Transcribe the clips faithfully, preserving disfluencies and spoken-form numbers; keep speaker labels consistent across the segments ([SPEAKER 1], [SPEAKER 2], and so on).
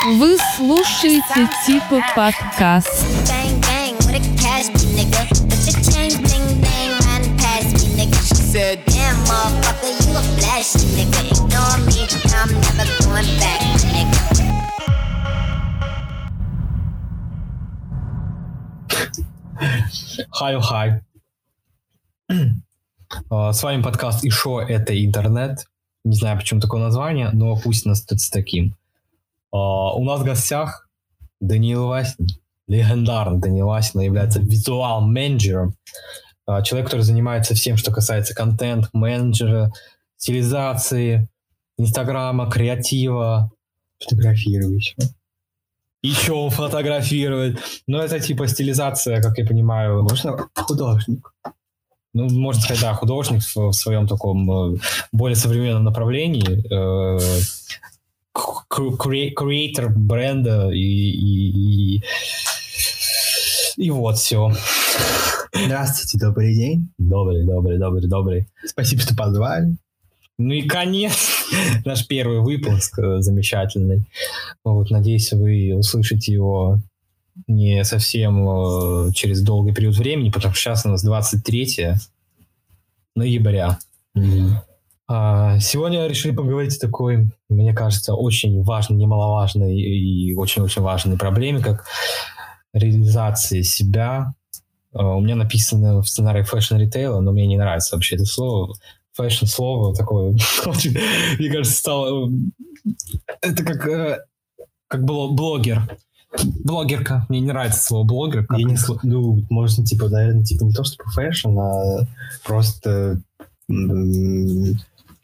[SPEAKER 1] Вы слушаете типа подкаст.
[SPEAKER 2] Хай-хай. С вами подкаст «И шо это интернет». Не знаю, почему такое название, но пусть нас тут с таким. У нас в гостях Даниил Васин. Легендарный Даниил Васин является визуал-менеджером. Человек, который занимается всем, что касается контент-менеджера, стилизации, инстаграма, креатива.
[SPEAKER 3] Фотографирующего.
[SPEAKER 2] Еще он фотографирует. Но это типа стилизация, как я понимаю.
[SPEAKER 3] Можно художник.
[SPEAKER 2] Ну, можно сказать, да, художник в, в своем таком более современном направлении. Э, креатор бренда и, и, и, и вот все.
[SPEAKER 3] Здравствуйте, добрый день.
[SPEAKER 2] Добрый, добрый, добрый, добрый.
[SPEAKER 3] Спасибо, что позвали.
[SPEAKER 2] Ну и конец, наш первый выпуск замечательный. Вот, надеюсь, вы услышите его не совсем э, через долгий период времени, потому что сейчас у нас двадцать третьего ноября. Mm-hmm. А, сегодня решили поговорить о такой, мне кажется, очень важной, немаловажной и очень-очень важной проблеме, как реализация себя. А, у меня написано в сценарии фэшн-ритейла, но мне не нравится вообще это слово. Фэшн-слово такое, мне кажется, стало... Это как, как блогер. Блогерка. Мне не нравится слово блогер.
[SPEAKER 3] Я не сл... Ну, можно, типа, наверное, типа не то, чтобы фэшн, а просто м-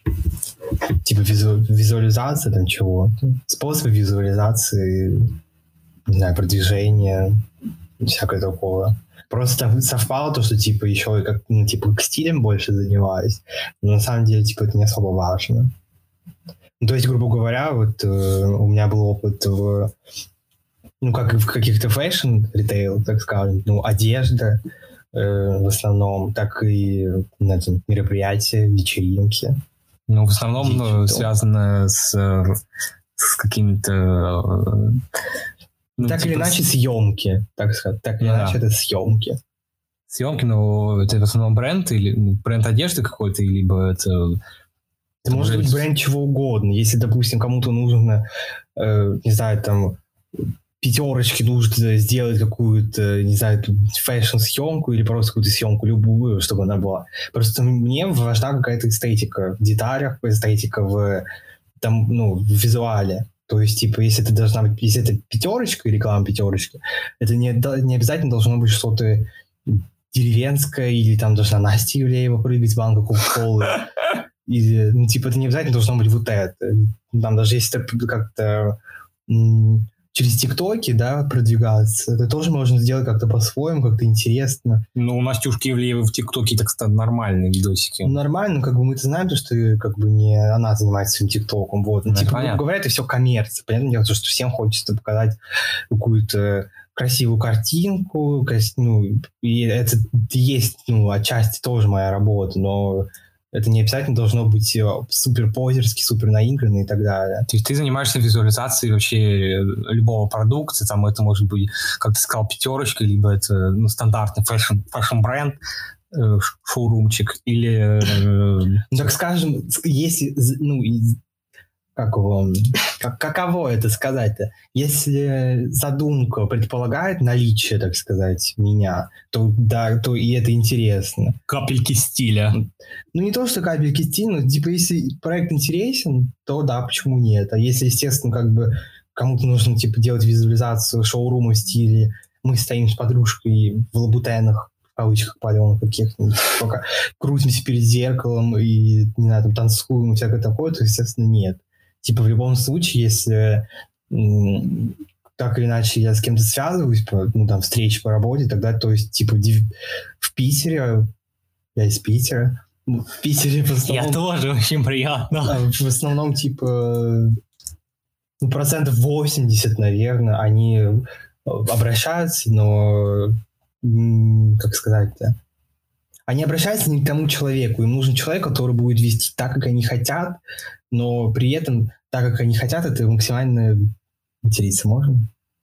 [SPEAKER 3] типа визу... визуализация там чего-то. Способы визуализации, не знаю, продвижения, всякое такое. Просто совпало то, что, типа, еще как, ну, типа, к стилям больше занимаюсь. Но на самом деле, типа, это не особо важно. Ну, то есть, грубо говоря, вот э, у меня был опыт в, ну, как в каких-то фэшн-ритейл, так скажем, ну, одежда э, в основном, так и, знаете, мероприятия, вечеринки.
[SPEAKER 2] Ну, в основном Digital. Связано с, с какими-то...
[SPEAKER 3] Ну, так типа или иначе съемки, так сказать. Так или да. иначе это съемки.
[SPEAKER 2] Съемки, но это в основном бренд или бренд одежды какой-то, либо это...
[SPEAKER 3] Это может быть бренд чего угодно. Если, допустим, кому-то нужно, э, не знаю, там, пятерочки нужно сделать какую-то, не знаю, фэшн-съемку или просто какую-то съемку, любую, чтобы она была. Просто мне важна какая-то эстетика в деталях, эстетика в, там, ну, в визуале. То есть, типа, если это должна быть, если это пятерочка, реклама пятерочки, это не, не обязательно должно быть что-то деревенское, или там должна Настя Ивлеева прыгать в банку Кока-Колы. Или, ну, типа, это не обязательно должно быть вот это. Там даже если это как-то м- через ТикТоки, да, продвигаться, это тоже можно сделать как-то по-своему, как-то интересно.
[SPEAKER 2] Ну, у Настюшки Ивлеевой в ТикТоке так сказать нормальные видосики.
[SPEAKER 3] Ну, нормально, как бы мы-то знаем, что как бы не она занимается своим ТикТоком, вот. Ну, ну типа, грубо говоря, это все коммерция. Понятное дело, что всем хочется показать какую-то красивую картинку, ну, и это есть, ну, отчасти тоже моя работа, но это не обязательно должно быть супер позерски, супер наигранно и так далее.
[SPEAKER 2] То есть ты занимаешься визуализацией вообще любого продукта, там это может быть, как ты сказал, пятерочка, либо это, ну, стандартный фэшн, фэшн-бренд, э, шоурумчик, или... Э,
[SPEAKER 3] ну, так скажем, если, ну, как его, как, каково это сказать-то? Если задумка предполагает наличие, так сказать, меня, то да, то и это интересно.
[SPEAKER 2] Капельки стиля.
[SPEAKER 3] Ну, не то, что капельки стиля, но, типа, если проект интересен, то да, почему нет? А если, естественно, как бы кому-то нужно, типа, делать визуализацию шоурума в стиле мы стоим с подружкой в лабутенах, в кавычках паленых каких-нибудь, только крутимся перед зеркалом и, не знаю, там, танцуем и всякое такое, то, естественно, нет. Типа, в любом случае, если м- так или иначе я с кем-то связываюсь, по, ну, там, встречи по работе, тогда, то есть, типа, див- в Питере, я из Питера, в Питере в основном...
[SPEAKER 2] Я тоже, очень приятно.
[SPEAKER 3] В основном, типа, ну, процентов восемьдесят, наверное, они обращаются, но, м- как сказать-то, они обращаются не к тому человеку, им нужен человек, который будет вести так, как они хотят, но при этом, так как они хотят, это максимально Материться можно?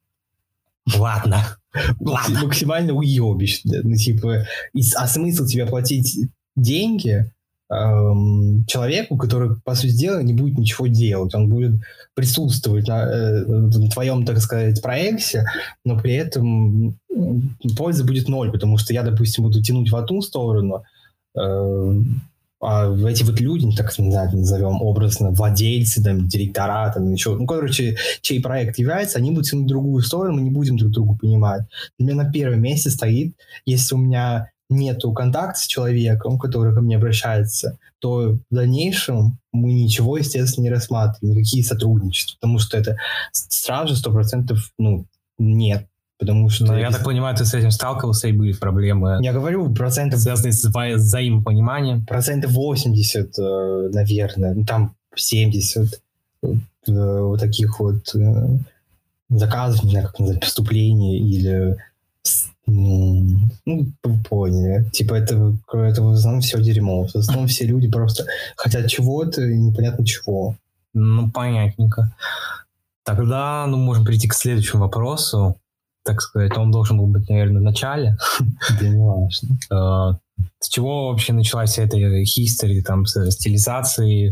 [SPEAKER 2] Ладно. Ладно.
[SPEAKER 3] Максимально уебищ. Ну, типа, и, а смысл тебе платить деньги эм, человеку, который, по сути дела, не будет ничего делать. Он будет присутствовать на, э, на твоем, так сказать, проекте, но при этом польза будет ноль, потому что я, допустим, буду тянуть в одну сторону, э, а эти вот люди, так не знаю, назовем образно, владельцы, там, директора, там, еще, ну, короче, чей проект является, они будут тянуть в другую сторону, мы не будем друг друга понимать. Для меня на первом месте стоит, если у меня нету контакта с человеком, который ко мне обращается, то в дальнейшем мы ничего, естественно, не рассматриваем, никакие сотрудничества, потому что это сразу сто процентов, ну, нет. Потому что...
[SPEAKER 2] Но я так понимаю, ты с этим сталкивался, и были проблемы.
[SPEAKER 3] Я говорю, процентов...
[SPEAKER 2] Связанные с взаимопониманием.
[SPEAKER 3] Процентов восемьдесят, наверное, ну, там семьдесят вот таких вот заказов, не знаю, как назвать, поступлений или... Ну, ну, вы поняли. Типа это, это в основном все дерьмо. В основном все люди просто хотят чего-то и непонятно чего.
[SPEAKER 2] Ну, понятненько. Тогда, ну, можем перейти к следующему вопросу. Так сказать, он должен был быть, наверное, в начале.
[SPEAKER 3] Да не важно.
[SPEAKER 2] С чего вообще началась вся эта history, там, с стилизацией,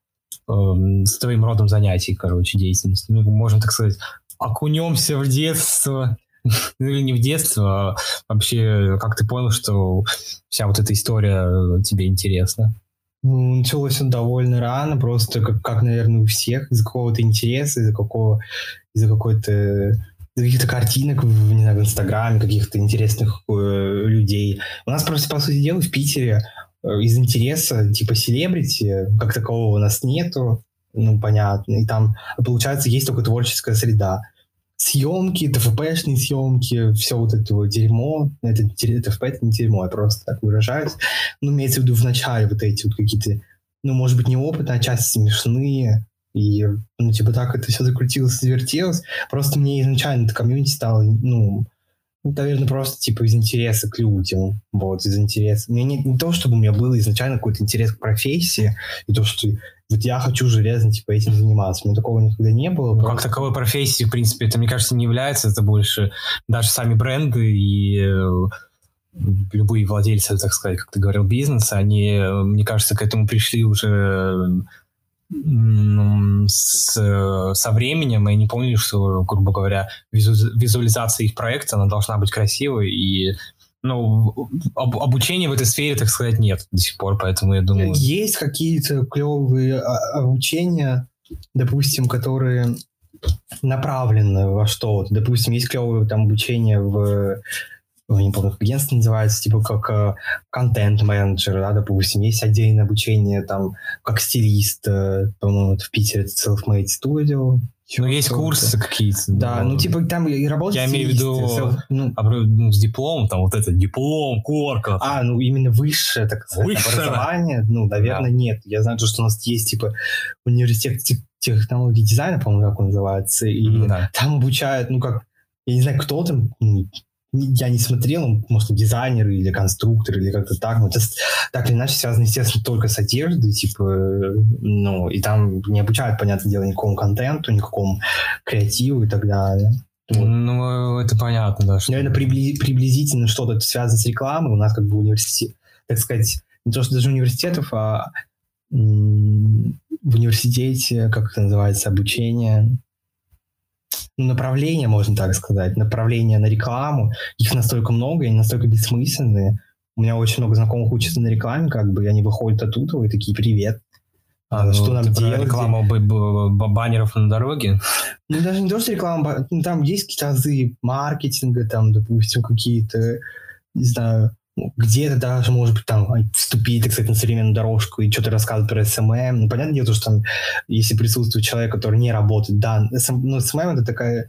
[SPEAKER 2] с твоим родом занятий, короче, деятельности? Ну, можем, так сказать, окунемся в детство. Ну, или не в детство, а вообще, как ты понял, что вся вот эта история тебе интересна?
[SPEAKER 3] Ну, началось он довольно рано, просто как, как, наверное, у всех, из-за какого-то интереса, из-за какого, из-за какой-то, из-за каких-то картинок, в, не знаю, в Инстаграме, каких-то интересных э, людей. У нас просто, по сути дела, в Питере э, из интереса, типа, селебрити, как такового у нас нету, ну, понятно, и там, получается, есть только творческая среда. Съемки, ТФПшные съемки, все вот это вот дерьмо. Это, ТФП это не дерьмо, я просто так выражаюсь. Ну, имеется в виду в начале вот эти вот какие-то, ну, может быть, неопытные, а часто смешные. И, ну, типа так это все закрутилось, завертелось. Просто мне изначально это комьюнити стало, ну, наверное, просто типа из интереса к людям. Вот, из интереса. Мне не, не то, чтобы у меня был изначально какой-то интерес к профессии, и то, что вот я хочу железно типа этим заниматься. У меня такого никогда не было.
[SPEAKER 2] Ну,
[SPEAKER 3] просто...
[SPEAKER 2] как таковой профессии, в принципе, это, мне кажется, не является. Это больше даже сами бренды и э, любые владельцы, так сказать, как ты говорил, бизнеса, они, мне кажется, к этому пришли уже ну, с, со временем, и они поняли, что, грубо говоря, визу, визуализация их проекта, она должна быть красивой, и ну, об, обучения в этой сфере, так сказать, нет до сих пор, поэтому я думаю...
[SPEAKER 3] Есть какие-то клевые обучения, допустим, которые направлены во что-то. Допустим, есть клевое там обучение в... не помню, как агентство называется, типа как контент-менеджер, да, допустим. Есть отдельное обучение там как стилист, по-моему, в Питере это Self-Made Studio.
[SPEAKER 2] Ну, есть курсы какие-то.
[SPEAKER 3] Да, ну, ну типа там и работать.
[SPEAKER 2] Я имею в виду self, ну, ну, с дипломом, там вот это, диплом, корка.
[SPEAKER 3] А, ну, именно высшее, так сказать, высшее образование, ну, наверное, да. Нет. Я знаю, что у нас есть, типа, университет технологий дизайна, по-моему, как он называется, и mm, да. Там обучают, ну, как, я не знаю, кто там, я не смотрел, может, дизайнер или конструктор, или как-то так, но это так или иначе связано, естественно, только с одеждой, типа, ну, и там не обучают, понятное дело, никакому контенту, никакому креативу и так далее.
[SPEAKER 2] Вот. Ну, это понятно, да. Что...
[SPEAKER 3] Наверное, прибли- приблизительно что-то связано с рекламой. У нас как бы университет, так сказать, не то, что даже университетов, а м- в университете, как это называется, обучение... направления, можно так сказать, направления на рекламу. Их настолько много, они настолько бессмысленные. У меня очень много знакомых учатся на рекламе, как бы, и они выходят оттуда и такие: привет.
[SPEAKER 2] А, а, что ну, нам делать? Реклама б- б- баннеров на дороге?
[SPEAKER 3] Ну, даже не то, что реклама, ну, там есть какие-то азы маркетинга, там, допустим, какие-то, не знаю, где-то даже, может быть, там вступить, так сказать, на современную дорожку и что-то рассказывать про эс эм эм. Ну, понятное дело, что там, если присутствует человек, который не работает, да, эс эм эм, ну, эс эм эм это такая,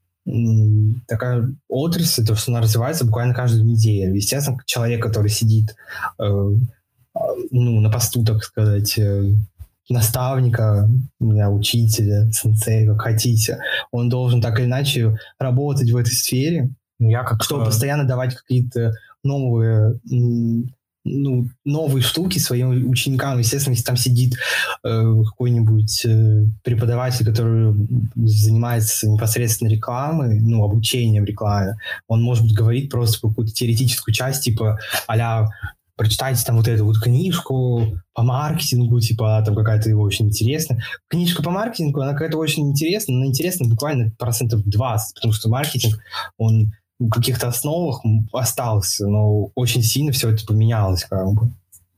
[SPEAKER 3] такая отрасль, то, что она развивается буквально каждую неделю. Естественно, человек, который сидит э, ну, на посту, так сказать, э, наставника, учителя, сенсея, как хотите, он должен так или иначе работать в этой сфере,
[SPEAKER 2] Я как
[SPEAKER 3] чтобы постоянно давать какие-то новые м, ну, новые штуки своим ученикам. Естественно, если там сидит э, какой-нибудь э, преподаватель, который занимается непосредственно рекламой, ну, обучением рекламе, он, может быть, говорит просто какую-то теоретическую часть, типа а-ля прочитайте там вот эту вот книжку по маркетингу, типа там какая-то его очень интересная. Книжка по маркетингу, она какая-то очень интересная, но интересна буквально процентов двадцать, потому что маркетинг, он в каких-то основах остался, но очень сильно все это поменялось, как бы.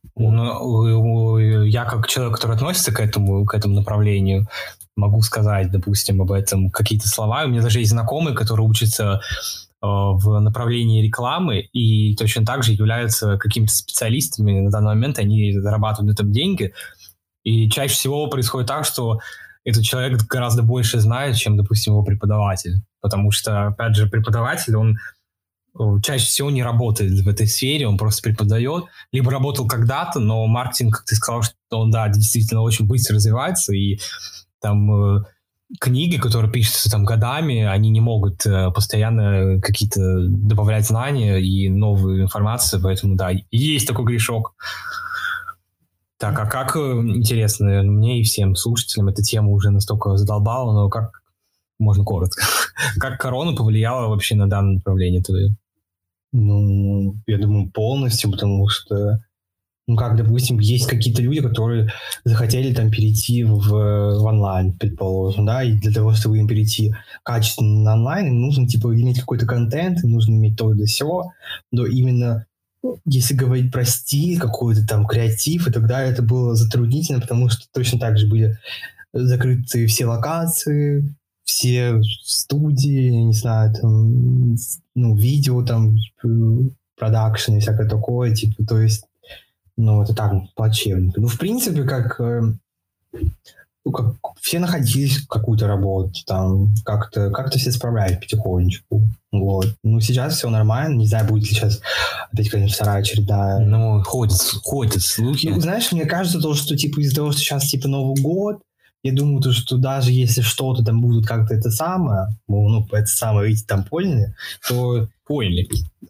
[SPEAKER 2] Ну, я как человек, который относится к этому, к этому направлению, могу сказать, допустим, об этом какие-то слова. У меня даже есть знакомые, которые учатся э, в направлении рекламы и точно так же являются какими-то специалистами. На данный момент они зарабатывают на этом деньги. И чаще всего происходит так, что этот человек гораздо больше знает, чем, допустим, его преподаватель. Потому что, опять же, преподаватель, он чаще всего не работает в этой сфере, он просто преподает. Либо работал когда-то, но маркетинг, как ты сказал, что он, да, действительно очень быстро развивается, и там э, книги, которые пишутся там годами, они не могут э, постоянно какие-то добавлять знания и новую информацию, поэтому, да, есть такой грешок. Так, а как, интересно, наверное, мне и всем слушателям эта тема уже настолько задолбала, но как можно коротко? Как корона повлияла вообще на данное направление твое?
[SPEAKER 3] Ну, я думаю, полностью, потому что, ну, как, допустим, есть какие-то люди, которые захотели там перейти в, в онлайн, предположим, да, и для того, чтобы им перейти качественно на онлайн, им нужно, типа, иметь какой-то контент, им нужно иметь то и да сё, но именно если говорить про стиль, какой-то там креатив, и тогда это было затруднительно, потому что точно так же были закрыты все локации, все студии, не знаю, там, ну, видео, там, продакшн и всякое такое, типа, то есть, ну, это так, плачевно. Ну, в принципе, как, ну, как все находились в какую-то работу, там, как-то, как-то все справлялись потихонечку, вот. Ну, сейчас все нормально, не знаю, будет ли сейчас опять какая-нибудь вторая очередная.
[SPEAKER 2] Ну, ходят, ходят слухи.
[SPEAKER 3] Ну, знаешь, мне кажется, то, что, типа, из-за того, что сейчас, типа, Новый год, я думаю, то, что даже если что-то там будут как-то это самое, ну, это самое, видите, там поняли, то...
[SPEAKER 2] Поняли.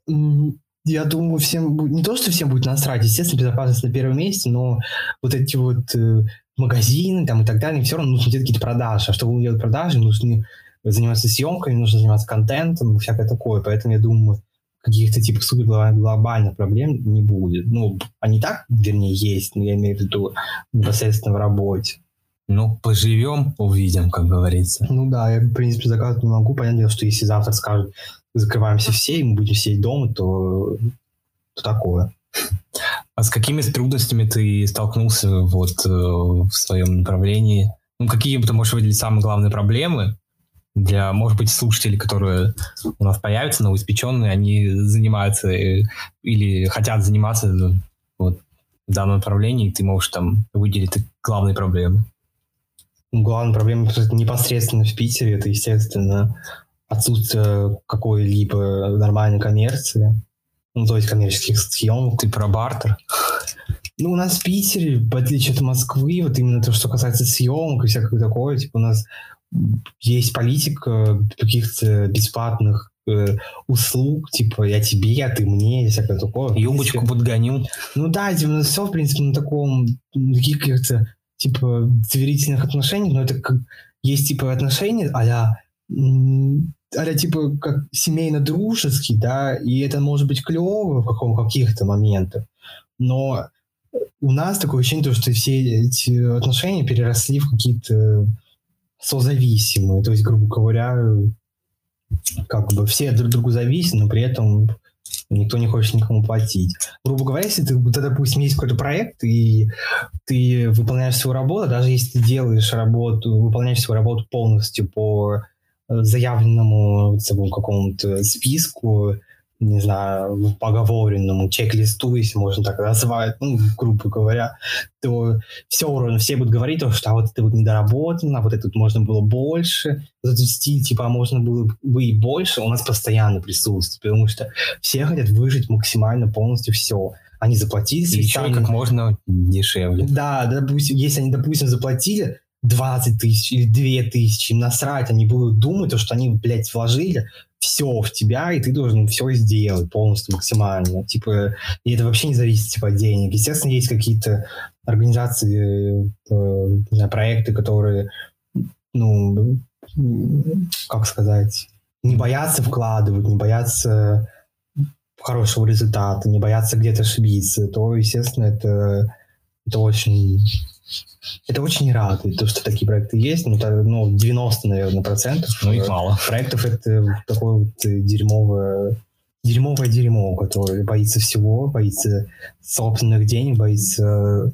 [SPEAKER 3] Я думаю, всем будет... Не то, что всем будет насрать, естественно, безопасность на первом месте, но вот эти вот э, магазины там и так далее, все равно нужно делать какие-то продажи. А чтобы делать продажи, нужно заниматься съемками, нужно заниматься контентом и всякое такое. Поэтому я думаю, каких-то типа супер глобальных проблем не будет. Ну, они так, вернее, есть, но я имею в виду непосредственно в работе.
[SPEAKER 2] Ну, поживем, увидим, как говорится.
[SPEAKER 3] Ну да, я, в принципе, заказывать не могу. Понятное дело, что если завтра скажут, закрываемся все, и мы будем сидеть дома, то, то такое.
[SPEAKER 2] А с какими трудностями ты столкнулся вот в своем направлении? Ну, какие ты можешь выделить самые главные проблемы для, может быть, слушателей, которые у нас появятся, новоиспеченные, они занимаются или хотят заниматься вот в данном направлении, и ты можешь там выделить главные проблемы?
[SPEAKER 3] Главная проблема непосредственно в Питере, это, естественно, отсутствие какой-либо нормальной коммерции, ну, то есть коммерческих съемок.
[SPEAKER 2] Ты про бартер?
[SPEAKER 3] Ну, у нас в Питере, в отличие от Москвы, вот именно то, что касается съемок и всякое такое, типа у нас есть политика каких-то бесплатных э, услуг, типа я тебе, я ты мне, и всякое такое.
[SPEAKER 2] Юбочку подгоню.
[SPEAKER 3] Ну да, типа, у нас все, в принципе, на таком, на каких-то типа доверительных отношениях, но это как есть типа отношения а-ля, а-ля типа как семейно-дружеский, да, и это может быть клево в каком, каких-то моментах, но у нас такое ощущение, что все эти отношения переросли в какие-то созависимые, то есть, грубо говоря, как бы все друг другу зависимы, но при этом никто не хочет никому платить. Грубо говоря, если ты, допустим, есть какой-то проект, и ты выполняешь свою работу, даже если ты делаешь работу, выполняешь свою работу полностью по заявленному какому-то списку, не знаю, поговоренному чек-листу, если можно так назвать, ну, грубо говоря, то все равно все будут говорить, что а вот это вот недоработано, а вот это вот можно было больше, вот этот стиль, типа, а можно было бы и больше, у нас постоянно присутствует, потому что все хотят выжить максимально полностью все. Они заплатили...
[SPEAKER 2] И еще как можно дешевле.
[SPEAKER 3] Да, допустим, если они, допустим, заплатили двадцать тысяч или две тысячи, им насрать, они будут думать, что они, блядь, вложили все в тебя, и ты должен все сделать полностью, максимально. Типа, и это вообще не зависит типа, от денег. Естественно, есть какие-то организации, э, не знаю, проекты, которые, ну, как сказать, не боятся вкладывать, не боятся хорошего результата, не боятся где-то ошибиться, то, естественно, это, это очень... Это очень радует, то, что такие проекты есть. Ну, это, ну девяносто, наверное, процентов.
[SPEAKER 2] Ну, их мало.
[SPEAKER 3] Проектов это такое вот дерьмовое, дерьмовое дерьмо, которое боится всего, боится собственных денег, боится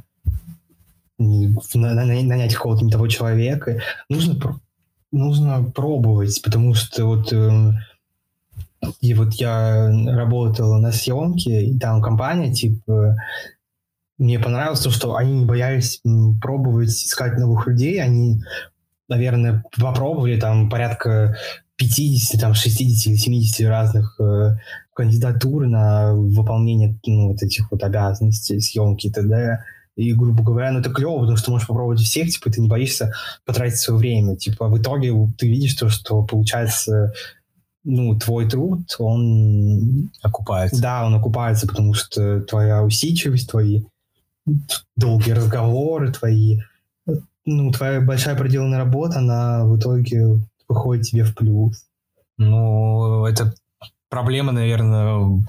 [SPEAKER 3] нанять какого-то не того человека. Нужно, нужно пробовать, потому что вот... И вот я работал на съемке, и там компания, типа... Мне понравилось то, что они не боялись пробовать искать новых людей. Они, наверное, попробовали там порядка пятьдесят, там, шестьдесят или семьдесят разных э, кандидатур на выполнение ну, вот этих вот обязанностей, съемки и т.д. И, грубо говоря, ну это клево, потому что можешь попробовать всех, типа, ты не боишься потратить свое время. Типа, в итоге ты видишь то, что получается... Ну, твой труд, он...
[SPEAKER 2] Окупается.
[SPEAKER 3] Да, он окупается, потому что твоя усидчивость, твои долгие разговоры, твои... Ну, твоя большая проделанная работа, она в итоге выходит тебе в плюс.
[SPEAKER 2] Ну, это проблема, наверное,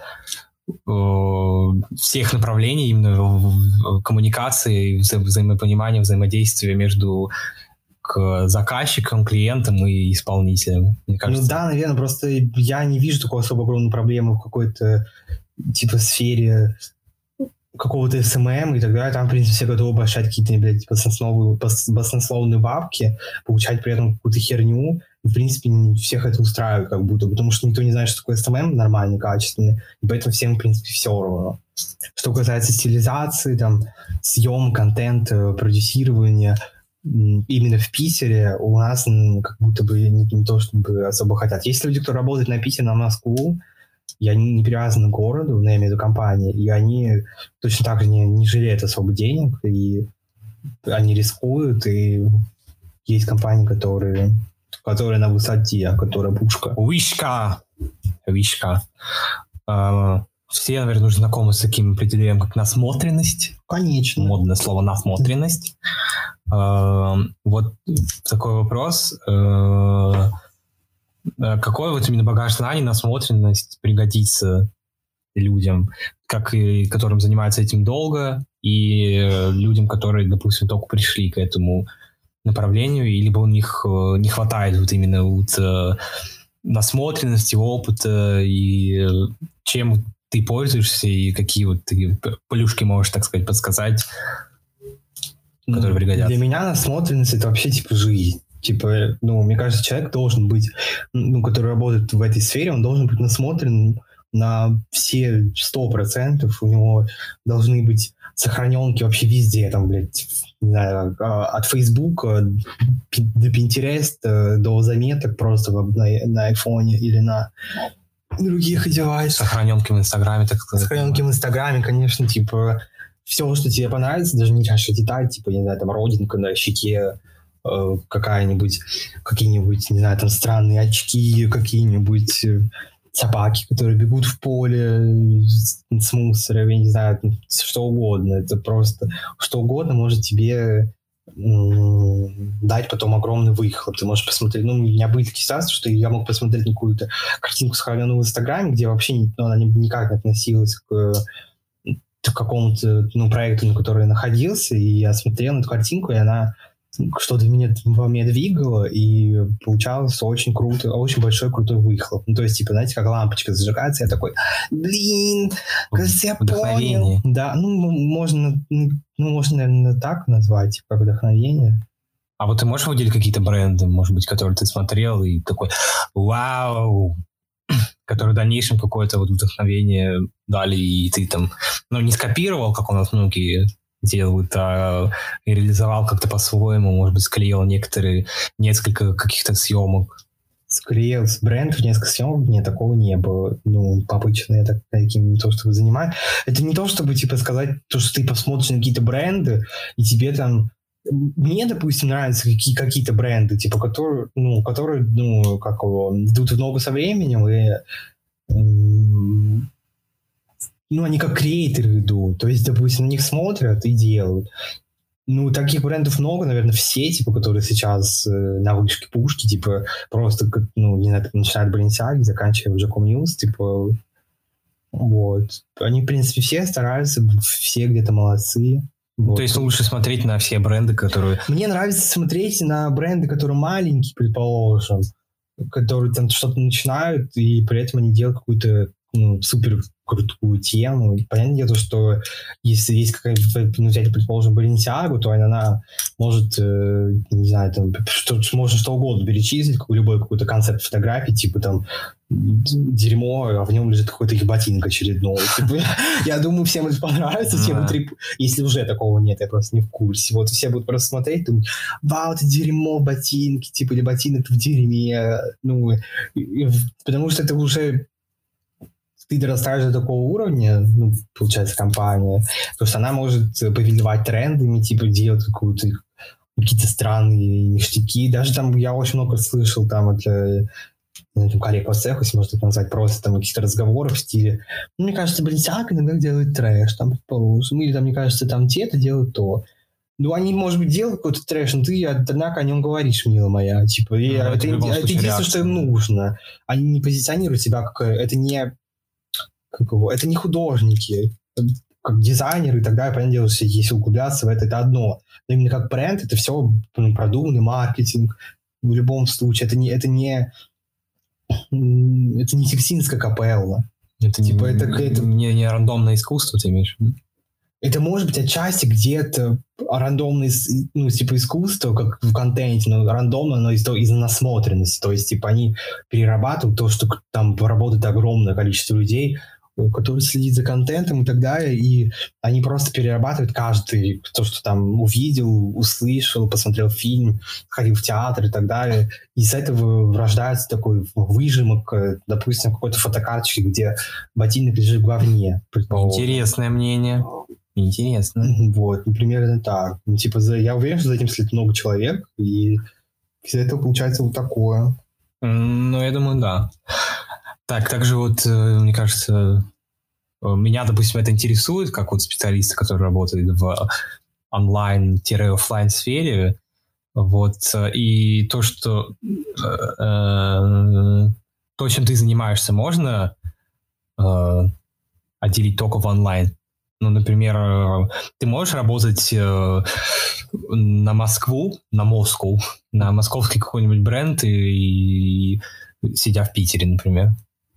[SPEAKER 2] всех направлений, именно коммуникации, вза- взаимопонимания, взаимодействия между к заказчикам, клиентам и исполнителям, мне кажется.
[SPEAKER 3] Ну да, наверное, просто я не вижу такой особо огромной проблемы в какой-то типа сфере какого-то эс эм эм и так далее. Там, в принципе, все готовы обращать какие-то, блядь, баснословные, баснословные бабки, получать при этом какую-то херню. И, в принципе, всех это устраивает как будто, потому что никто не знает, что такое эс эм эм нормальный, качественный, и поэтому всем, в принципе, все равно. Что касается стилизации, там, съем, контента, продюсирования, именно в Питере у нас как будто бы не, не то, чтобы особо хотят. Есть люди, кто работает на Питер, на Москву, и они не привязаны к городу, но я имею в виду компании, и они точно так же не, не жалеют особо денег, и они рискуют, и есть компании, которые, которые на высоте, которые пушка.
[SPEAKER 2] Вышка! Вышка. А, все, наверное, уже знакомы с таким определением, как насмотренность.
[SPEAKER 3] Конечно.
[SPEAKER 2] Модное слово «насмотренность». Uh, вот такой вопрос. Uh, какой вот именно багаж знаний, насмотренность пригодится людям, как и которым занимаются этим долго, и людям, которые, допустим, только пришли к этому направлению, и либо у них не хватает вот именно вот насмотренности, опыта, и чем ты пользуешься, и какие вот ты плюшки можешь, так сказать, подсказать, которые пригодятся.
[SPEAKER 3] Для меня насмотренность — это вообще типа жизнь. Типа, ну, мне кажется, человек должен быть, ну, который работает в этой сфере, он должен быть насмотрен на все сто процентов. У него должны быть сохраненки вообще везде, там, блядь, не знаю, от Фейсбука до Пинтереста, до заметок просто на, на айфоне или на других девайсах.
[SPEAKER 2] Сохраненки в Инстаграме, так сказать.
[SPEAKER 3] Сохраненки в Инстаграме, конечно, типа... Все, что тебе понравится, даже не чаще деталь, типа, не знаю, там, родинка на щеке, э, какая-нибудь, какие-нибудь, не знаю, там, странные очки, какие-нибудь э, собаки, которые бегут в поле с, с мусором, я не знаю, что угодно. Это просто что угодно может тебе м- дать потом огромный выхлоп. Ты можешь посмотреть, ну, у меня были такие ситуации, что я мог посмотреть на какую-то картинку, сохраненную в Инстаграме, где вообще ну, она никак не относилась к к какому-то ну, проекту, на который я находился, и я смотрел на эту картинку, и она что-то меня, во мне двигало, и получалось очень круто, очень большой крутой выхлоп. Ну, то есть, типа, знаете, как лампочка зажигается, я такой, блин, кажется, я понял. Да, ну, можно, ну, можно, наверное, так назвать, как вдохновение.
[SPEAKER 2] А вот ты можешь выделить какие-то бренды, может быть, которые ты смотрел, и такой, вау, которые в дальнейшем какое-то вот вдохновение дали, и ты там, ну, не скопировал, как у нас многие делают, а реализовал как-то по-своему, может быть, склеил некоторые, несколько каких-то съемок.
[SPEAKER 3] Склеил с брендов несколько съемок, нет, такого не было. Ну, обычно я так, таким не то, чтобы занимаюсь. Это не то, чтобы, типа, сказать, то, что ты посмотришь на какие-то бренды, и тебе там мне, допустим, нравятся какие- какие-то бренды, типа, которые, ну, которые, ну, как его, идут в ногу со временем, и, м, ну, они как креаторы идут, то есть, допустим, на них смотрят и делают. Ну, таких брендов много, наверное, все, типа, которые сейчас э, на вышке пушки, типа, просто, как, ну, не знаю, начинают Balenciaga, заканчивая Jacquemus News, типа, вот. Они, в принципе, все стараются, все где-то молодцы.
[SPEAKER 2] Ну,
[SPEAKER 3] Вот.
[SPEAKER 2] то есть лучше смотреть на все бренды, которые...
[SPEAKER 3] Мне нравится смотреть на бренды, которые маленькие, предположим, которые там что-то начинают, и при этом они делают какую-то, ну, супер крутую тему. И понятное дело, что если есть какая-то, ну, взять, предположим, Balenciaga, то она может, э, не знаю, там, что, можно что угодно перечислить, какую, любой какой-то концепт фотографии, типа там дерьмо, а в нем лежит какой-то их ботинок очередной. Типа, я думаю, всем это понравится, все будут реп... если уже такого нет, я просто не в курсе. Вот все будут просто смотреть, думать, вау, это дерьмо в ботинке, типа, или ботинок в дерьме. Ну, и, и, потому что это уже ты дорастаешь до такого уровня, ну, получается, компания, потому что она может повелевать трендами, типа, делать какую-то какие-то странные ништяки. Даже там я очень много слышал там от ну, коллег по цеху, если можно так назвать, просто там каких-то разговоров в стиле, ну, мне кажется, Balenciaga иногда делает трэш, там, предположим, или там, мне кажется, там те-то делают то. Ну, они, может быть, делают какой-то трэш, но ты, однако, о нем говоришь, милая моя. Типа, ну, это, это, это, это единственное, что им нужно. Они не позиционируют себя как... Это не... Как его, это не художники, как дизайнеры и так далее. Понятное дело, что если углубляться в это, это одно. Но именно как бренд, это все, ну, продуманный маркетинг. В любом случае, это не... Это не это не Сикстинская капелла.
[SPEAKER 2] Это, типа, не, это, это не, не рандомное искусство, ты имеешь?
[SPEAKER 3] Это может быть отчасти где-то рандомное, ну, типа, искусство, как в контенте, но рандомно, но из-за из насмотренности. То есть, типа, они перерабатывают то, что там работает огромное количество людей, которые следят за контентом и так далее, и они просто перерабатывают каждый то, что там увидел, услышал, посмотрел фильм, ходил в театр и так далее. И из этого рождается такой выжимок, допустим, какой-то фотокарточки, где ботинок лежит в говне.
[SPEAKER 2] Интересное мнение. Интересно.
[SPEAKER 3] Вот, ну, примерно так. Ну, типа, за, я уверен, что за этим следит много человек, и из-за этого получается вот такое.
[SPEAKER 2] Ну, я думаю, да. Так, также вот, мне кажется, меня, допустим, это интересует, как вот специалисты, которые работают в онлайн-офлайн сфере, вот, и то, что э, то, чем ты занимаешься, можно э, отделить только в онлайн. Ну, например, ты можешь работать э, на Москву, на Москву, на московский какой-нибудь бренд и, и сидя в Питере, например.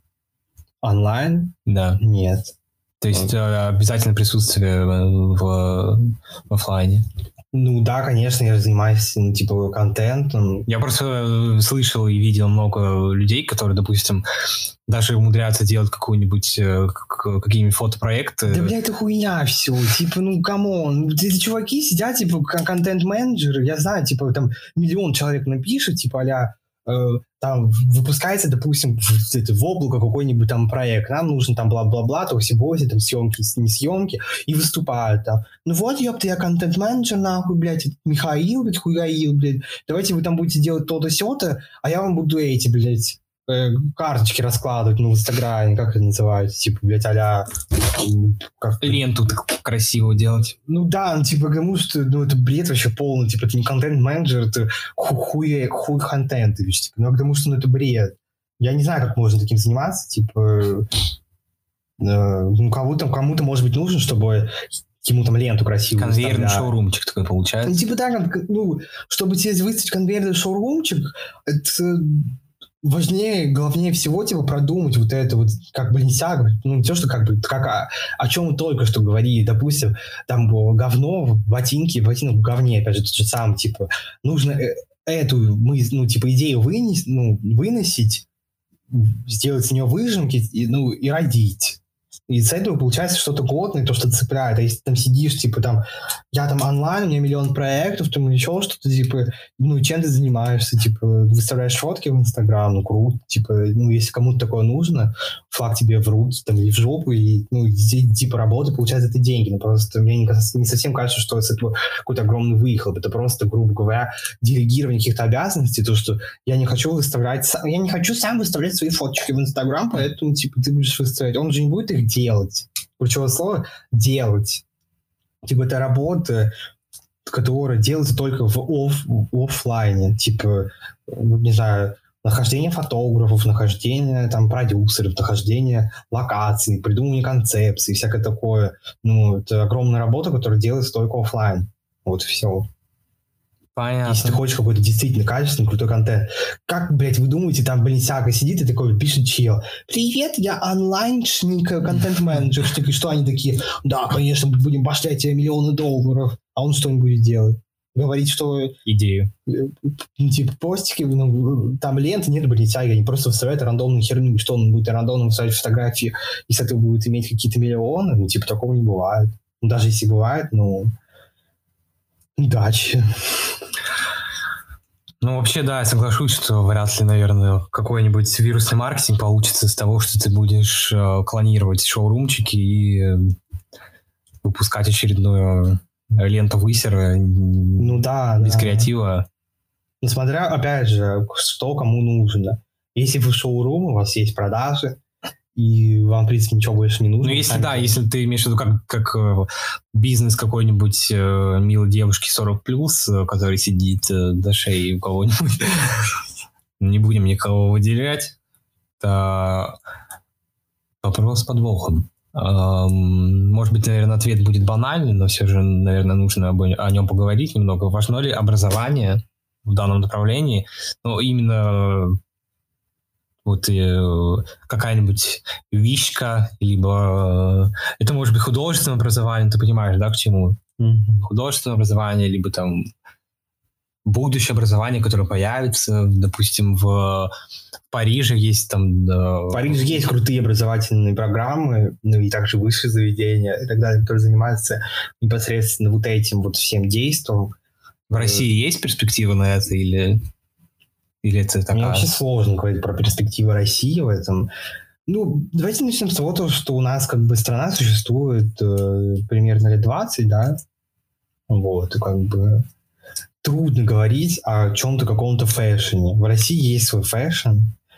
[SPEAKER 3] Онлайн?
[SPEAKER 2] Да.
[SPEAKER 3] Нет.
[SPEAKER 2] То есть э, обязательно присутствие в, в, в офлайне.
[SPEAKER 3] Ну да, конечно, я занимаюсь, ну, типа, контентом.
[SPEAKER 2] Я просто слышал и видел много людей, которые, допустим, даже умудряются делать какую-нибудь, какие-нибудь фотопроекты.
[SPEAKER 3] Да, бля, это хуйня все. Типа, ну, камон. Эти чуваки сидят, типа, контент-менеджеры, я знаю, типа, там миллион человек напишет, типа, а-ля, э, там выпускается, допустим, в, это, в облако какой-нибудь там проект, нам нужен там бла-бла-бла, то сибоси, там съемки, не съемки, и выступают там. Ну вот, ёпта, я контент-менеджер, нахуй, блядь, Михаил, блядь, хуяил, блядь, давайте вы там будете делать то-то, сё-то, а я вам буду эти, блядь, э, карточки раскладывать, ну, в Инстаграме, как это называется, типа, блядь, а-ля... Как...
[SPEAKER 2] Ленту так красиво делать.
[SPEAKER 3] Ну да, ну, типа, потому что, ну, это бред вообще полный, типа, это не контент-менеджер, это хуй, хуй контент, типа, ну, потому что, ну, это бред. Я не знаю, как можно таким заниматься, типа, э, ну, кому-то, кому-то, может быть, нужно, чтобы ему там ленту красивую
[SPEAKER 2] конвейерный шоурумчик такой получается.
[SPEAKER 3] Ну, типа, так, ну, чтобы тебе выставить конвейерный шоурумчик, это... важнее, главнее всего, типа, продумать вот это вот, как Balenciaga, ну, не то, что как бы, как о, о чем мы только что говорили, допустим, там говно, ботинки, ботинок в говне, опять же, тот же самый, типа, нужно эту, мы, ну, типа, идею вынес, ну, выносить, сделать с нее выжимки, и, ну, и родить. И с этого получается что-то годное, то, что цепляет. А если ты там сидишь, типа, там, я там онлайн, у меня миллион проектов, там еще что-то, типа, ну, чем ты занимаешься, типа, выставляешь фотки в Инстаграм, ну, круто, типа, ну, если кому-то такое нужно, флаг тебе в руки там, или в жопу, и ну, иди, иди поработай, получать за это деньги. Но просто мне не, не совсем кажется, что это какой-то огромный выхлоп. Это просто, грубо говоря, делегирование каких-то обязанностей, то, что я не хочу выставлять, я не хочу сам выставлять свои фоточки в Инстаграм, поэтому типа ты будешь выставлять. Он же не будет их делать. Ключевое слово — делать. Типа это работа, которая делается только в, оф, в офлайне. Типа, не знаю, нахождение фотографов, нахождение там продюсеров, нахождение локаций, придумывание концепций, всякое такое. Ну, это огромная работа, которая делается только офлайн. Вот и все.
[SPEAKER 2] Понятно.
[SPEAKER 3] Если ты хочешь какой-то действительно качественный, крутой контент. Как, блядь, вы думаете, там, блин, всякое сидит и такой пишет чел: «Привет, я онлайншник, контент-менеджер». И что они такие: «Да, конечно, будем башлять тебе миллионы долларов». А он что не будет делать? Говорить, что...
[SPEAKER 2] Идею.
[SPEAKER 3] Типа постики, ну, там ленты нет, блин, тяги, они просто вставляют рандомную херню. Что он будет рандомно вставлять фотографии, и с этого будет иметь какие-то миллионы? Ну, типа, такого не бывает. Ну, даже если бывает, ну... Удачи.
[SPEAKER 2] Ну, вообще, да, я соглашусь, что вряд ли, наверное, какой-нибудь вирусный маркетинг получится с того, что ты будешь э, клонировать шоурумчики и э, выпускать очередную ленту высера.
[SPEAKER 3] Ну да,
[SPEAKER 2] без
[SPEAKER 3] да.
[SPEAKER 2] креатива.
[SPEAKER 3] Ну, смотря, опять же, что кому нужно. Если вы шоурум, у вас есть продажи, и вам, в принципе, ничего больше не нужно.
[SPEAKER 2] Ну, если да, если ты имеешь в виду как, как э, бизнес какой-нибудь э, милой девушки сорок плюс, э, который сидит э, до шеи у кого-нибудь, не будем никого выделять, то вопрос с подвохом. Может быть, наверное, ответ будет банальный, но все же, наверное, нужно о нем поговорить немного. Важно ли образование в данном направлении? Ну, именно вот какая-нибудь вишка, либо это может быть художественное образование, ты понимаешь, да, к чему? Mm-hmm. Художественное образование, либо там будущее образование, которое появится, допустим, в Париже есть там... Да...
[SPEAKER 3] В Париже есть крутые образовательные программы, ну и также высшие заведения и так далее, которые занимаются непосредственно вот этим вот всем действием.
[SPEAKER 2] В России есть перспектива на это или, или это такая...
[SPEAKER 3] Мне вообще сложно говорить про перспективы России в этом. Ну, давайте начнем с того, что у нас как бы страна существует э, примерно лет двадцать, да? Вот, и как бы... Трудно говорить о чем-то, каком-то фэшне. В России есть свой фэшн.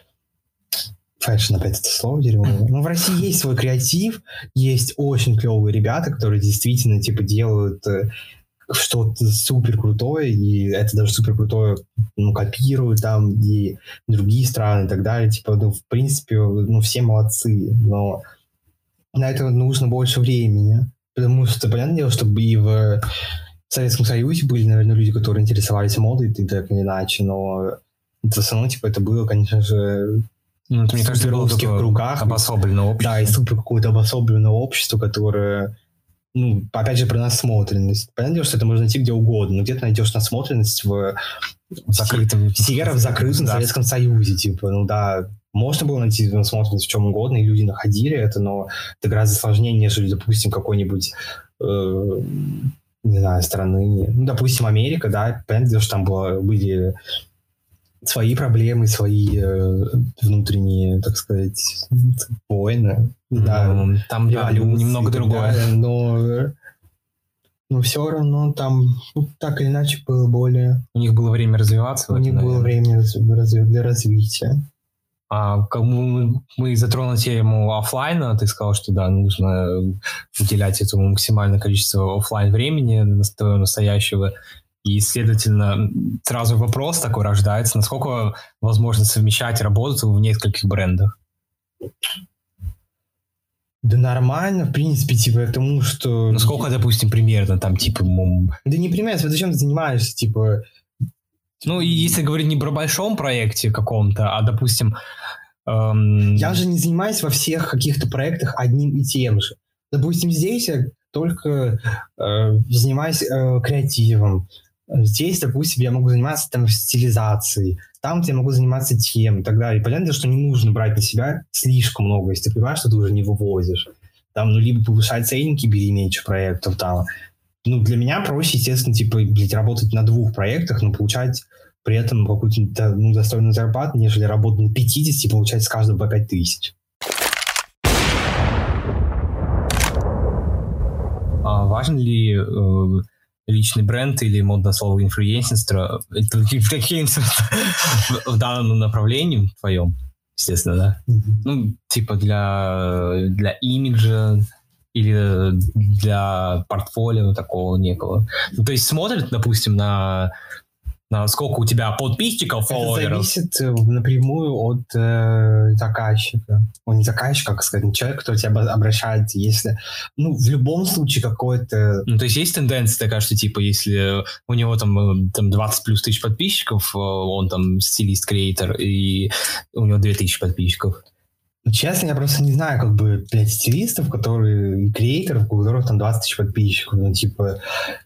[SPEAKER 3] Фэшн, опять это слово дерьмовое. Но в России есть свой креатив, есть очень клевые ребята, которые действительно типа делают э, что-то супер крутое, и это даже супер крутое, ну, копируют там и другие страны и так далее. Типа, ну, в принципе, ну, все молодцы, но на это нужно больше времени, потому что, понятное дело, чтобы и в В Советском Союзе были, наверное, люди, которые интересовались модой, и так или иначе, но в основном, типа, это было, конечно же,
[SPEAKER 2] ну, это, мне кажется, было в
[SPEAKER 3] русских кругах.
[SPEAKER 2] Обособленное общество.
[SPEAKER 3] Да, и супер какое-то обособленное общество, которое, ну, опять же, про насмотренность. Понятно, что это можно найти где угодно, но где ты найдешь насмотренность в закрытом, серо в закрытом да. Советском Союзе, типа, ну да, можно было найти насмотренность в чем угодно, и люди находили это, но это гораздо сложнее, нежели, допустим, какой-нибудь... Э- не знаю, страны, ну, допустим, Америка, да, понятно, что там было, были свои проблемы, свои э, внутренние, так сказать, войны, mm-hmm. да,
[SPEAKER 2] там да, немного другое,
[SPEAKER 3] да, но, но все равно там ну, так или иначе было более...
[SPEAKER 2] У них было время развиваться.
[SPEAKER 3] У них было время для развития.
[SPEAKER 2] А мы, мы затронули тему офлайна, ты сказал, что да, нужно уделять этому максимальное количество офлайн времени твоего настоящего, и, следовательно, сразу вопрос такой рождается, насколько возможно совмещать работу в нескольких брендах?
[SPEAKER 3] Да нормально, в принципе, типа, потому что...
[SPEAKER 2] Ну, сколько, допустим, примерно, там, типа...
[SPEAKER 3] Да не примерно, зачем ты занимаешься, типа...
[SPEAKER 2] Ну, и если говорить не про большом проекте каком-то, а, допустим... Эм...
[SPEAKER 3] Я же не занимаюсь во всех каких-то проектах одним и тем же. Допустим, здесь я только э, занимаюсь э, креативом. Здесь, допустим, я могу заниматься там стилизацией. Там я могу заниматься тем и так далее. Понятно, что не нужно брать на себя слишком много, если ты понимаешь, что ты уже не вывозишь. Там, ну, либо повышать ценники, бери меньше проектов там. Ну, для меня проще, естественно, типа, блядь, работать на двух проектах, но получать при этом какую-то ну, достойную зарплату, нежели работать на пятидесяти и получать с каждого по пять тысяч.
[SPEAKER 2] важен ли э, личный бренд или модное слово инфлюенсер в данном направлении твоем, естественно, да? Mm-hmm. Ну, типа для, для имиджа или для портфолио такого некого. Ну, то есть смотрят, допустим, на, на сколько у тебя подписчиков, фолловеров.
[SPEAKER 3] Это зависит напрямую от э, заказчика. Он не заказчик, как сказать, человек, который тебя обращается. Если, ну, в любом случае какой-то...
[SPEAKER 2] Ну, то есть есть тенденция такая, что, типа, если у него там, там двадцать плюс тысяч подписчиков, он там стилист-креатор, и у него две тысячи подписчиков.
[SPEAKER 3] Честно, я просто не знаю, как бы, блядь, стилистов, которые, и креаторов, у которых там двадцать тысяч подписчиков. Ну, типа,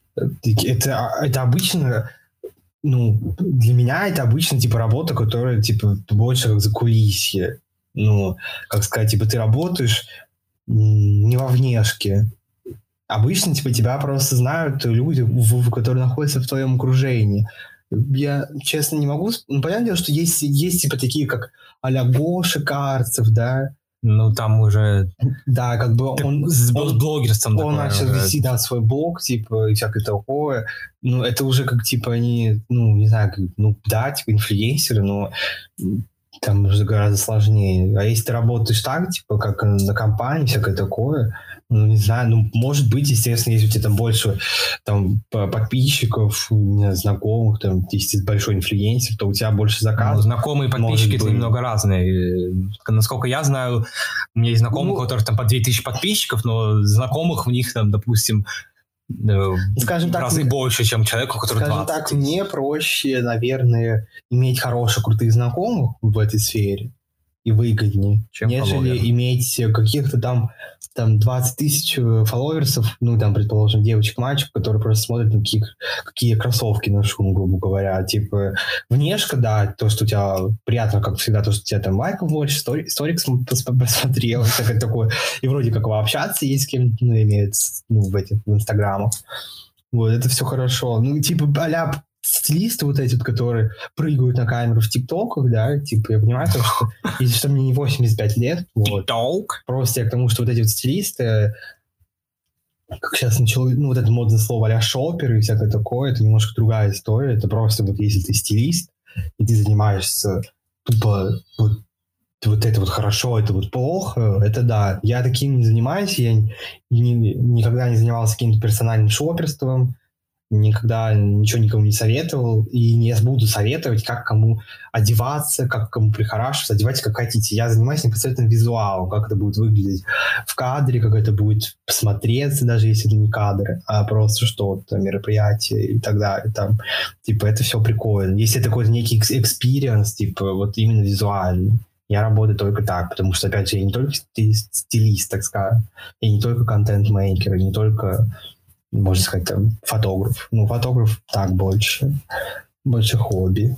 [SPEAKER 3] это, это обычно, ну, для меня это обычно, типа, работа, которая, типа, больше как закулисье. Ну, как сказать, типа, ты работаешь не во внешке. Обычно, типа, тебя просто знают люди, которые находятся в твоем окружении. Я, честно, не могу... Ну, понятное дело, что есть, есть типа, такие, как а-ля Гоша Карцев, да?
[SPEAKER 2] Ну, там уже...
[SPEAKER 3] Да, как бы он...
[SPEAKER 2] С
[SPEAKER 3] он,
[SPEAKER 2] блогерством
[SPEAKER 3] Он начал уже вести, да, свой блог, типа, и всякое такое. Ну, это уже как, типа, они, ну, не знаю, как, ну, да, типа, инфлюенсеры, но там уже гораздо сложнее. А если ты работаешь так, типа, как на компании, всякое такое... Ну, не знаю, ну, может быть, естественно, если у тебя там больше там, подписчиков, не знаю, знакомых, там, если ты большой инфлюенсер, то у тебя больше заказов. Ну,
[SPEAKER 2] знакомые подписчики — это немного разные. Насколько я знаю, у меня есть знакомые, ну, у которых там по две тысячи подписчиков, но знакомых у них там, допустим,
[SPEAKER 3] скажем так,
[SPEAKER 2] в разы больше, чем человеку, у которого
[SPEAKER 3] скажем так, мне проще, наверное, иметь хороших, крутых знакомых в этой сфере и выгоднее, чем нежели фолловер. Иметь каких-то там, там двадцать тысяч фолловерсов, ну, там, предположим, девочек-мальчиков, которые просто смотрят, на какие, какие кроссовки ношу, грубо говоря. Типа, внешка, да, то, что у тебя приятно, как всегда, то, что у тебя там лайков больше, стори, сторикс посмотрел, всякое такое. И вроде как общаться есть с кем-то, ну, имеется, ну, в этих, в инстаграмах. Вот, это все хорошо. Ну, типа, а-ля стилисты вот эти, которые прыгают на камеру в ТикТоках, да, типа, я понимаю, то, что если что, мне не восемьдесят пять лет, вот, просто я к тому, что вот эти вот стилисты, как сейчас начало, ну, вот это модное слово а-ля шоперы и всякое такое, это немножко другая история, это просто вот если ты стилист, и ты занимаешься тупо вот, вот это вот хорошо, это вот плохо, это да, я таким не занимаюсь, я ни, никогда не занимался каким-то персональным шоперством, никогда ничего никому не советовал и не буду советовать, как кому одеваться, как кому прихорашиваться, одевайте как хотите. Я занимаюсь непосредственно визуалом, как это будет выглядеть в кадре, как это будет посмотреться, даже если это не кадры, а просто что-то, мероприятие и так далее. Там, типа, это все прикольно. Если это какой-то некий экспириенс, типа, вот именно визуальный, я работаю только так, потому что, опять же, я не только стилист, так скажем, я не только контент-мейкер, не только... можно сказать, там, фотограф. Ну, фотограф так больше. Больше хобби.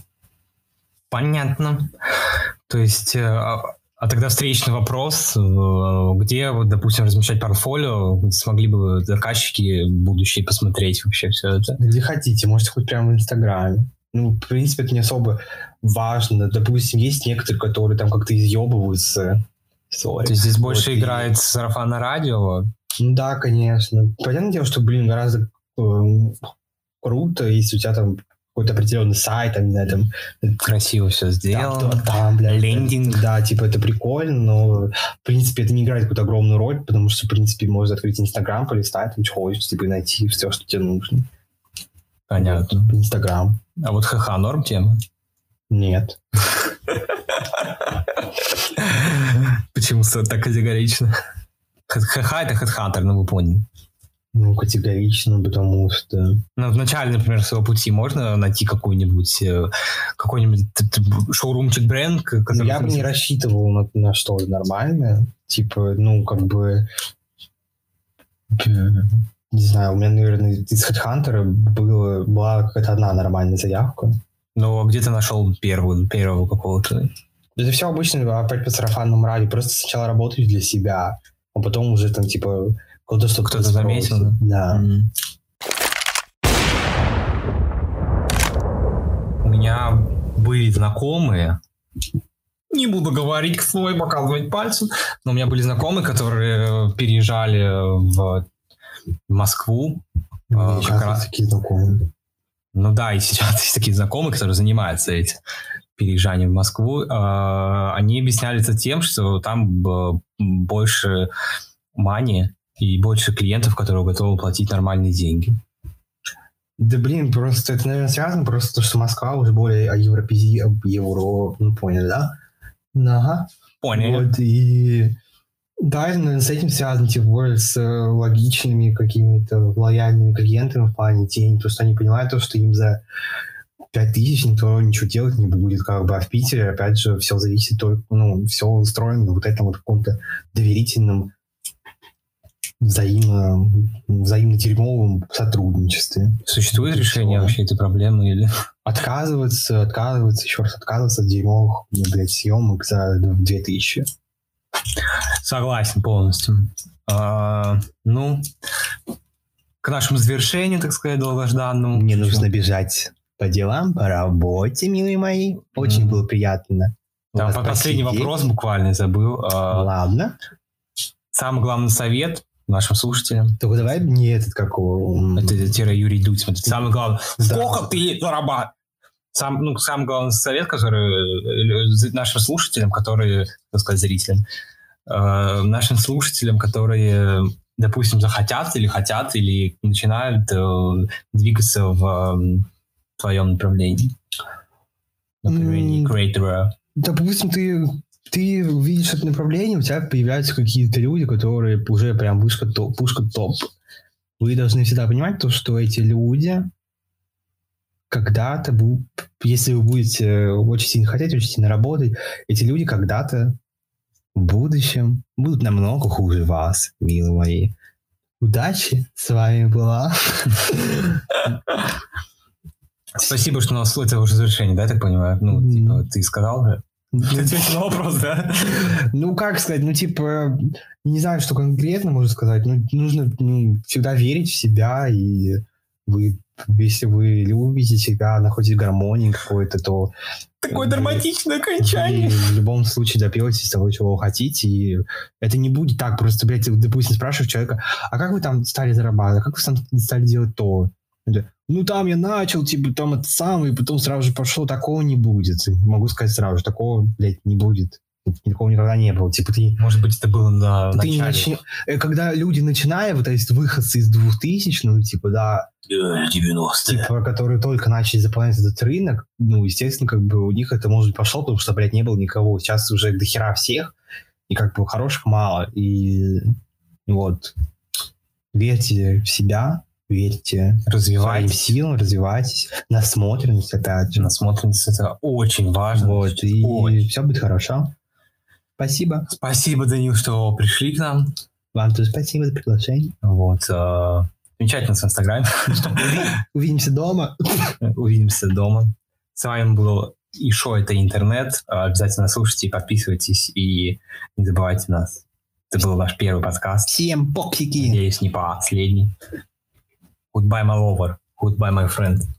[SPEAKER 2] Понятно. То есть, а, а тогда встречный вопрос, где, вот, допустим, размещать портфолио, где смогли бы заказчики будущие посмотреть вообще все это?
[SPEAKER 3] Где хотите, можете хоть прямо в Инстаграме. Ну, в принципе, это не особо важно. Допустим, есть некоторые, которые там как-то изъебываются.
[SPEAKER 2] Sorry. То есть здесь больше вот играет и... сарафанное радио?
[SPEAKER 3] Ну да, конечно. Понятное дело, что, блин, гораздо э, круто, если у тебя там какой-то определенный сайт, там, не знаю, там...
[SPEAKER 2] Красиво все сделано.
[SPEAKER 3] Да, там, бля,
[SPEAKER 2] лендинг.
[SPEAKER 3] Да, типа, это прикольно, но, в принципе, это не играет какую-то огромную роль, потому что, в принципе, можно открыть Инстаграм, полистать, там, что хочешь, типа, найти все, что тебе нужно.
[SPEAKER 2] Понятно.
[SPEAKER 3] Вот, Инстаграм.
[SPEAKER 2] А вот ха-ха норм тема?
[SPEAKER 3] Нет.
[SPEAKER 2] Почему так категорично? Ха-ха — это хэдхантер, ну вы поняли.
[SPEAKER 3] Ну, категорично, потому что...
[SPEAKER 2] Ну, в начале, например, своего пути можно найти какой-нибудь какой-нибудь шоурумчик бренд, который...
[SPEAKER 3] Ну, я бы не рассчитывал на, на что-то нормальное. Типа, ну, как бы... Не знаю, у меня, наверное, из хэдхантера было, была какая-то одна нормальная заявка.
[SPEAKER 2] Ну, а где ты нашел первую, первого какого-то?
[SPEAKER 3] Это все обычно опять по сарафанному радио. Просто сначала работаешь для себя, а потом уже там, типа, кто-то что-то
[SPEAKER 2] Кто-то заметил, да?
[SPEAKER 3] Да.
[SPEAKER 2] Mm-hmm. У меня были знакомые, не буду говорить свой, показывать пальцем, но у меня были знакомые, которые переезжали в в Москву.
[SPEAKER 3] Э, как раз такие знакомые.
[SPEAKER 2] Ну да, и сейчас есть такие знакомые, которые занимаются этим переезжанием в Москву. Э, они объясняли это тем, что там больше мани и больше клиентов, которые готовы платить нормальные деньги.
[SPEAKER 3] Да блин, просто это, наверное, связано просто то, что Москва уже более европези... евро... Ну, поняли, да? Ага.
[SPEAKER 2] Поняли.
[SPEAKER 3] Вот, и... Да, это, наверное, с этим связано, тем более с логичными какими-то лояльными клиентами в плане денег, потому что они понимают то, что им за пять тысяч никто ничего делать не будет, как бы, а в Питере, опять же, все зависит только, ну, все устроено на вот этом вот каком-то доверительном взаимно, взаимно-дерьмовом сотрудничестве.
[SPEAKER 2] Существует вот решение все. Вообще этой проблемы? Или...
[SPEAKER 3] Отказываться, отказываться, еще раз отказываться от дерьмовых, блядь, съемок за две тысячи.
[SPEAKER 2] Согласен полностью. А, ну, к нашему завершению, так сказать, долгожданному.
[SPEAKER 3] Мне нужно бежать по делам, по работе, милые мои. Очень mm. было приятно.
[SPEAKER 2] Там последний посидеть. Вопрос буквально забыл.
[SPEAKER 3] Ладно.
[SPEAKER 2] Самый главный совет нашим слушателям.
[SPEAKER 3] Только давай мне этот какого...
[SPEAKER 2] Это тире Юрий Дудь. Смотри. Самый главный. Да. Сколько ты зарабатываешь? Сам, ну, самый главный совет, который нашим слушателям, которые, так сказать, зрителям, э, нашим слушателям, которые, допустим, захотят или хотят, или начинают э, двигаться в э, твоем направлении. Направлении креатора.
[SPEAKER 3] Допустим, ты... Ты видишь это направление, у тебя появляются какие-то люди, которые уже прям пушка топ. Пушка топ. Вы должны всегда понимать то, что эти люди когда-то, если вы будете очень сильно хотеть, очень сильно работать, эти люди когда-то в будущем будут намного хуже вас, милые мои. Удачи! С вами была.
[SPEAKER 2] Спасибо, что у нас это уже завершение, да, я так понимаю? Ну, типа, ты сказал же? Ты ответил на вопрос, да?
[SPEAKER 3] Ну, как сказать, ну, типа, не знаю, что конкретно можно сказать, но нужно ну, всегда верить в себя, и вы, если вы любите себя, находите гармонию какой-то, то...
[SPEAKER 2] Такое драматичное окончание.
[SPEAKER 3] В любом случае добьетесь того, чего вы хотите, и это не будет так, просто, блядь, допустим, спрашиваешь человека, а как вы там стали зарабатывать, а как вы там стали делать то? Ну, там я начал, типа, там это самое, и потом сразу же пошло, такого не будет. Могу сказать сразу же, такого, блядь, не будет. Такого никогда не было. Типа, ты...
[SPEAKER 2] Может быть, это было на
[SPEAKER 3] ты
[SPEAKER 2] начале.
[SPEAKER 3] Начни... Когда люди начинают, вот, то есть выходцы из двухтысячных, ну, типа, да...
[SPEAKER 2] девяностые.
[SPEAKER 3] Типа, которые только начали заполнять этот рынок, ну, естественно, как бы у них это, может быть, пошло, потому что, блядь, не было никого. Сейчас уже дохера всех, и как бы хороших мало. И вот. Верьте в себя. Верьте
[SPEAKER 2] развивайтесь.
[SPEAKER 3] Своим силам, развивайтесь. Насмотренность, опять же.
[SPEAKER 2] Насмотренность — это очень важно.
[SPEAKER 3] Вот, и
[SPEAKER 2] очень.
[SPEAKER 3] Все будет хорошо. Спасибо.
[SPEAKER 2] Спасибо, Данил, что пришли к нам.
[SPEAKER 3] Вам тоже спасибо за приглашение.
[SPEAKER 2] Вот. Э, замечательно с Инстаграме.
[SPEAKER 3] Увидимся дома.
[SPEAKER 2] Увидимся дома. С вами был и шоу «Это интернет». Обязательно слушайте и подписывайтесь. И не забывайте нас. Это был наш первый подкаст.
[SPEAKER 3] Всем попсики.
[SPEAKER 2] Надеюсь, не последний. Goodbye, my lover. Goodbye, my friend.